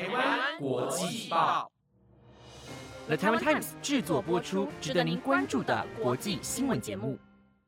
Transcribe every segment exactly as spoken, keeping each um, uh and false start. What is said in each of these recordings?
台湾国际报 The Taiwan Times 制作播出，值得您关注的国际新闻节目。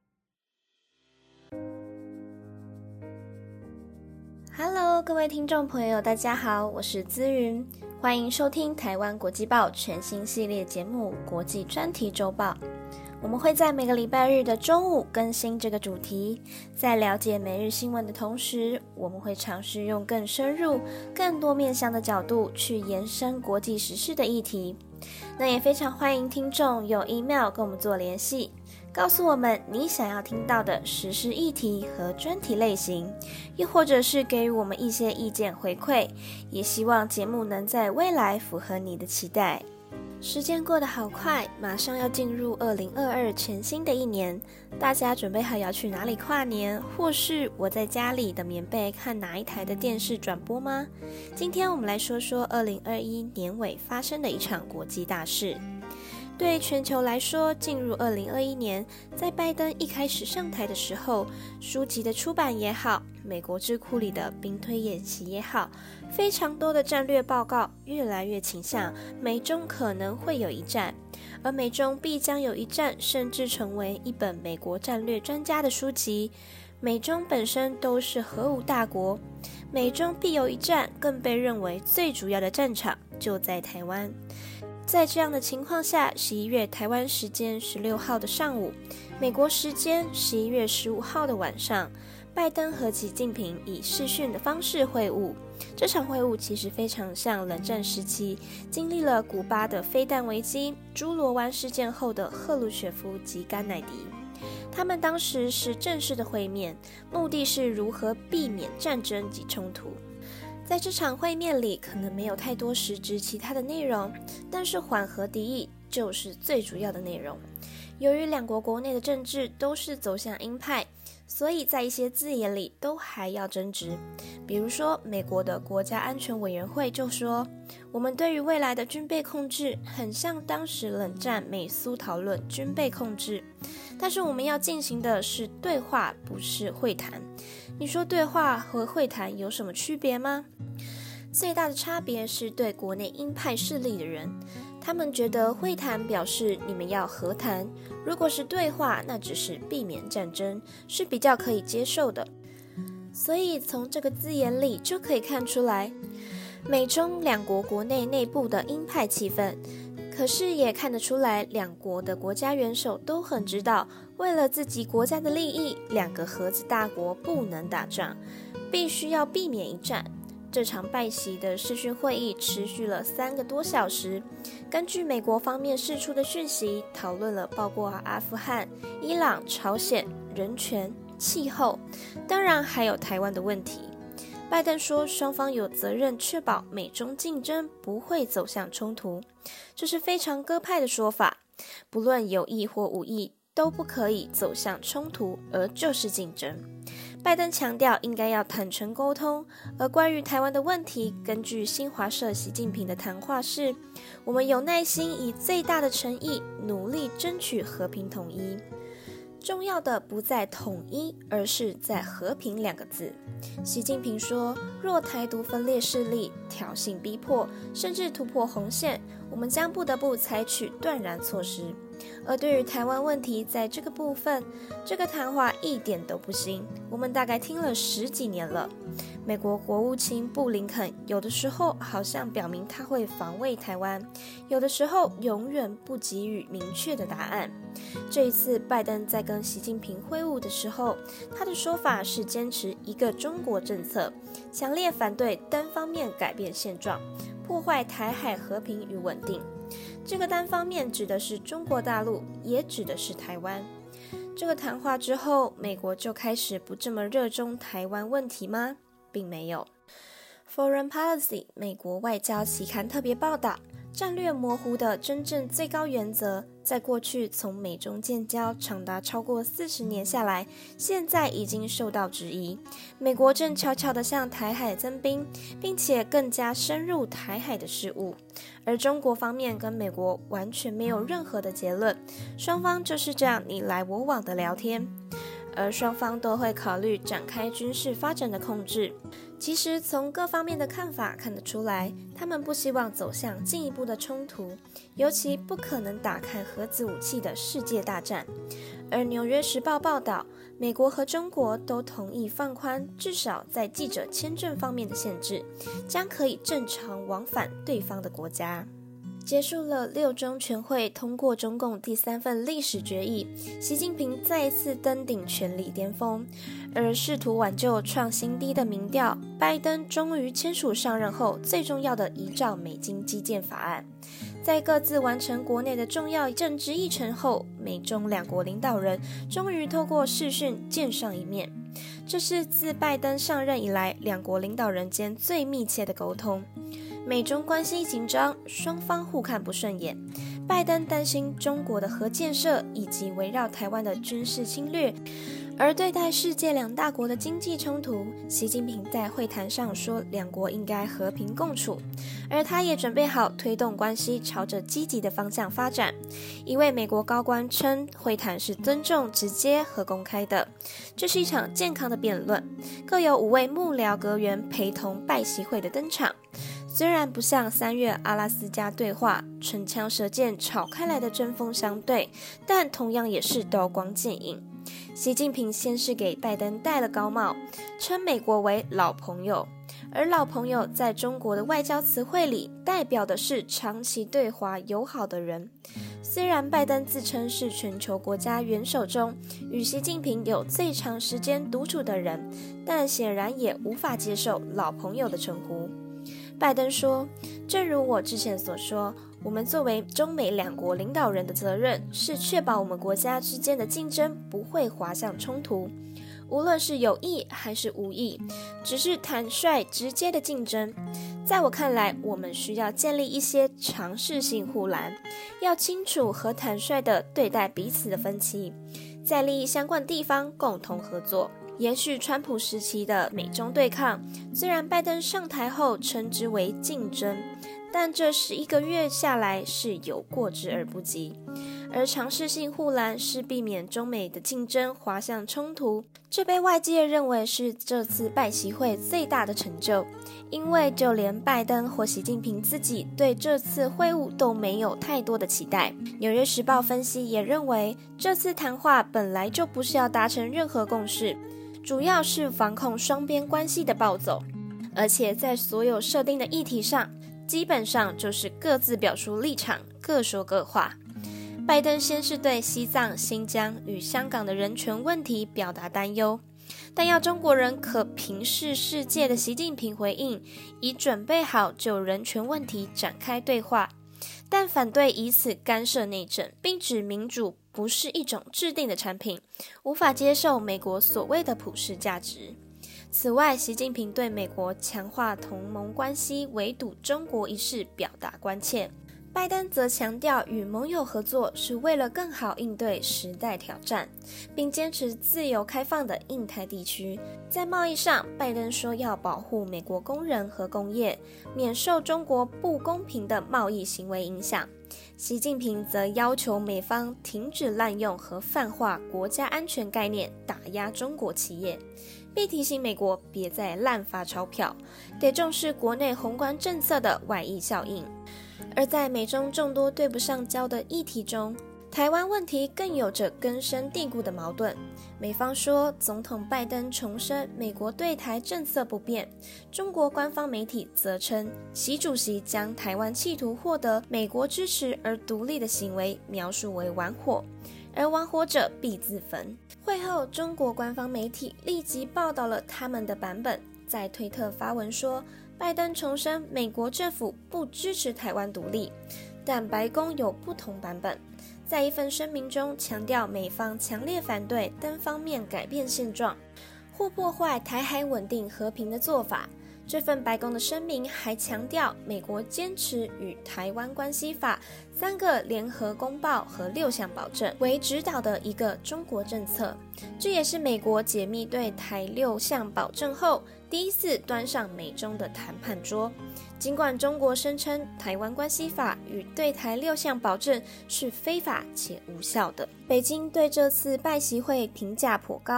Hello， 各位听众朋友，大家好，我是姿云，欢迎收听台湾国际报全新系列节目《国际专题周报》。我们会在每个礼拜日的中午更新这个主题，在了解每日新闻的同时，我们会尝试用更深入、更多面向的角度去延伸国际时事的议题。那也非常欢迎听众用 email 跟我们做联系，告诉我们你想要听到的时事议题和专题类型，又或者是给予我们一些意见回馈，也希望节目能在未来符合你的期待。时间过得好快，马上要进入二零二二全新的一年，大家准备好要去哪里跨年，或是我在家里的棉被看哪一台的电视转播吗？今天我们来说说二零二一年尾发生的一场国际大事。对全球来说，进入二零二一年，在拜登一开始上台的时候，书籍的出版也好，美国智库里的兵推演习也好，非常多的战略报告越来越倾向美中可能会有一战，而美中必将有一战甚至成为一本美国战略专家的书籍。美中本身都是核武大国，美中必有一战更被认为最主要的战场就在台湾。在这样的情况下，十一月台湾时间十六号的上午，美国时间十一月十五号的晚上，拜登和习近平以视讯的方式会晤。这场会晤其实非常像冷战时期经历了古巴的飞弹危机、朱罗湾事件后的赫鲁雪夫及甘乃迪。他们当时是正式的会面，目的是如何避免战争及冲突。在这场会面里，可能没有太多实质其他的内容，但是缓和敌意就是最主要的内容。由于两国国内的政治都是走向鹰派，所以在一些字眼里都还要争执。比如说，美国的国家安全委员会就说，我们对于未来的军备控制很像当时冷战美苏讨论军备控制，但是我们要进行的是对话，不是会谈。你说对话和会谈有什么区别吗？最大的差别是对国内鹰派势力的人，他们觉得会谈表示你们要和谈，如果是对话，那只是避免战争，是比较可以接受的。所以从这个字眼里就可以看出来，美中两国国内内部的鹰派气氛，可是也看得出来，两国的国家元首都很知道，为了自己国家的利益，两个核子大国不能打仗，必须要避免一战。这场拜习的视讯会议持续了三个多小时，根据美国方面释出的讯息，讨论了包括阿富汗、伊朗、朝鲜、人权、气候，当然还有台湾的问题。拜登说，双方有责任确保美中竞争不会走向冲突，这是非常鸽派的说法，不论有意或无意，都不可以走向冲突，而就是竞争。拜登强调应该要坦诚沟通，而关于台湾的问题，根据新华社习近平的谈话是，我们有耐心以最大的诚意努力争取和平统一。重要的不在统一，而是在和平两个字。习近平说，若台独分裂势力挑衅逼迫，甚至突破红线，我们将不得不采取断然措施。而对于台湾问题，在这个部分，这个谈话一点都不新，我们大概听了十几年了。美国国务卿布林肯有的时候好像表明他会防卫台湾，有的时候永远不给予明确的答案。这一次拜登在跟习近平会晤的时候，他的说法是坚持一个中国政策，强烈反对单方面改变现状，破坏台海和平与稳定。这个单方面指的是中国大陆，也指的是台湾。这个谈话之后，美国就开始不这么热衷台湾问题吗？并没有。Foreign Policy 美国外交期刊特别报道，战略模糊的真正最高原则，在过去从美中建交长达超过四十年下来，现在已经受到质疑。美国正悄悄地向台海增兵，并且更加深入台海的事务，而中国方面跟美国完全没有任何的结论，双方就是这样你来我往的聊天。而双方都会考虑展开军事发展的控制， 其实从各方面的看法看得出来，他们不希望走向进一步的冲突，尤其不可能打开核子武器的世界大战。而《纽约时报》报道，美国和中国都同意放宽至少在记者签证方面的限制，将可以正常往返对方的国家。结束了六中全会通过中共第三份历史决议，习近平再一次登顶权力巅峰。而试图挽救创新低的民调，拜登终于签署上任后最重要的一兆美金基建法案。在各自完成国内的重要政治议程后，美中两国领导人终于透过视讯见上一面。这是自拜登上任以来两国领导人间最密切的沟通。美中关系紧张，双方互看不顺眼。拜登担心中国的核建设以及围绕台湾的军事侵略，而对待世界两大国的经济冲突，习近平在会谈上说两国应该和平共处，而他也准备好推动关系朝着积极的方向发展。一位美国高官称，会谈是尊重、直接和公开的，这是一场健康的辩论。各有五位幕僚阁员陪同拜习会的登场。虽然不像三月阿拉斯加对话唇枪舌剑吵开来的针锋相对，但同样也是刀光剑影。习近平先是给拜登戴了高帽，称美国为老朋友，而老朋友在中国的外交词汇里代表的是长期对华友好的人。虽然拜登自称是全球国家元首中与习近平有最长时间独处的人，但显然也无法接受老朋友的称呼。拜登说，正如我之前所说，我们作为中美两国领导人的责任是确保我们国家之间的竞争不会滑向冲突，无论是有意还是无意，只是坦率直接的竞争。在我看来，我们需要建立一些常识性护栏，要清楚和坦率地对待彼此的分歧，在利益相关地方共同合作。延续川普时期的美中对抗，虽然拜登上台后称之为竞争，但这十一个月下来是有过之而不及。而常识性护栏是避免中美的竞争滑向冲突，这被外界认为是这次拜习会最大的成就，因为就连拜登或习近平自己对这次会晤都没有太多的期待。纽约时报分析也认为，这次谈话本来就不是要达成任何共识，主要是防控双边关系的暴走，而且在所有设定的议题上，基本上就是各自表述立场，各说各话。拜登先是对西藏、新疆与香港的人权问题表达担忧，但要中国人可平视世界的习近平回应，已准备好就人权问题展开对话，但反对以此干涉内政，并指民主不是一种制定的产品，无法接受美国所谓的普世价值。此外，习近平对美国强化同盟关系、围堵中国一事表达关切。拜登则强调与盟友合作是为了更好应对时代挑战，并坚持自由开放的印太地区。在贸易上，拜登说要保护美国工人和工业，免受中国不公平的贸易行为影响。习近平则要求美方停止滥用和泛化国家安全概念，打压中国企业，并提醒美国别再滥发钞票，得重视国内宏观政策的外溢效应。而在美中众多对不上焦的议题中，台湾问题更有着根深蒂固的矛盾。美方说，总统拜登重申美国对台政策不变，中国官方媒体则称，习主席将台湾企图获得美国支持而独立的行为描述为玩火，而玩火者必自焚。会后，中国官方媒体立即报道了他们的版本，在推特发文说，拜登重申美国政府不支持台湾独立，但白宫有不同版本。在一份声明中强调，美方强烈反对单方面改变现状或破坏台海稳定和平的做法。这份白宫的声明还强调，美国坚持与台湾关系法三个联合公报和六项保证为指导的一个中国政策，这也是美国解密对台六项保证后第一次端上美中的谈判桌。尽管中国声称台湾关系法与对台六项保证是非法且无效的，北京对这次拜习会评价颇高，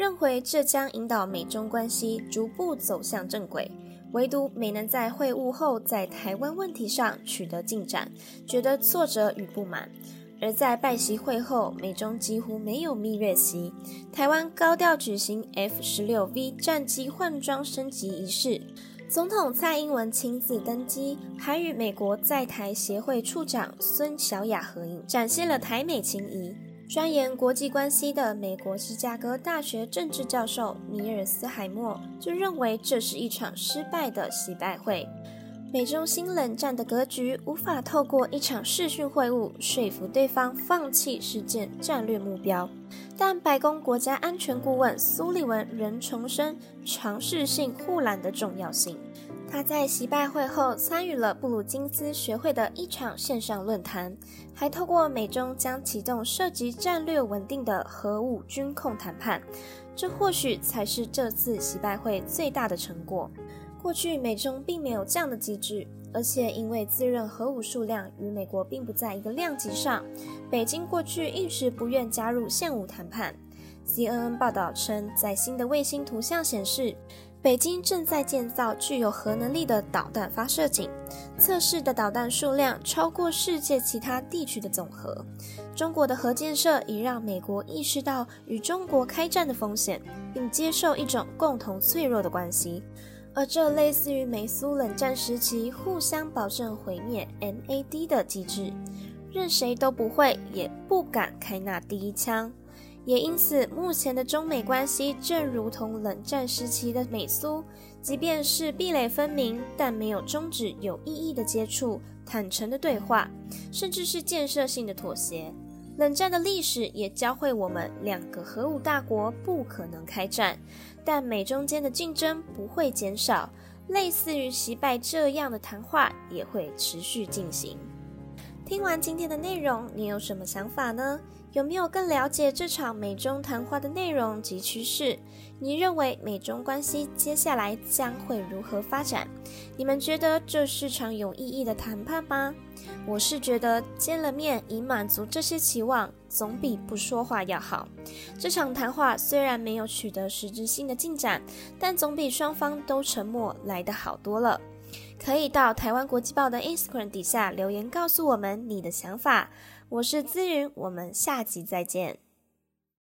认为这将引导美中关系逐步走向正轨，唯独没能在会晤后在台湾问题上取得进展，觉得挫折与不满。而在拜习会后，美中几乎没有蜜月期，台湾高调举行 F 十六 V 战机换装升级仪式，总统蔡英文亲自登机，还与美国在台协会处长孙小雅合影，展现了台美情谊。专研国际关系的美国芝加哥大学政治教授米尔斯海默就认为，这是一场失败的习拜会。美中新冷战的格局无法透过一场视讯会晤说服对方放弃实践战略目标，但白宫国家安全顾问苏利文仍重申尝试性护栏的重要性。他在习拜会后参与了布鲁金斯学会的一场线上论坛，还透过美中将启动涉及战略稳定的核武军控谈判，这或许才是这次习拜会最大的成果。过去美中并没有这样的机制，而且因为自认核武数量与美国并不在一个量级上，北京过去一直不愿加入限武谈判。C N N 报道称，在新的卫星图像显示，北京正在建造具有核能力的导弹发射井，测试的导弹数量超过世界其他地区的总和。中国的核建设已让美国意识到与中国开战的风险，并接受一种共同脆弱的关系。而这类似于美苏冷战时期互相保证毁灭 N A D 的机制，任谁都不会也不敢开那第一枪。也因此，目前的中美关系正如同冷战时期的美苏，即便是壁垒分明，但没有终止有意义的接触、坦诚的对话，甚至是建设性的妥协。冷战的历史也教会我们，两个核武大国不可能开战，但美中间的竞争不会减少，类似于习拜这样的谈话也会持续进行。听完今天的内容，你有什么想法呢？有没有更了解这场美中谈话的内容及趋势？你认为美中关系接下来将会如何发展？你们觉得这是场有意义的谈判吗？我是觉得见了面以满足这些期望，总比不说话要好。这场谈话虽然没有取得实质性的进展，但总比双方都沉默来得好多了。可以到台湾国际报的 Instagram 底下留言告诉我们你的想法。我是姿云，我们下集再见。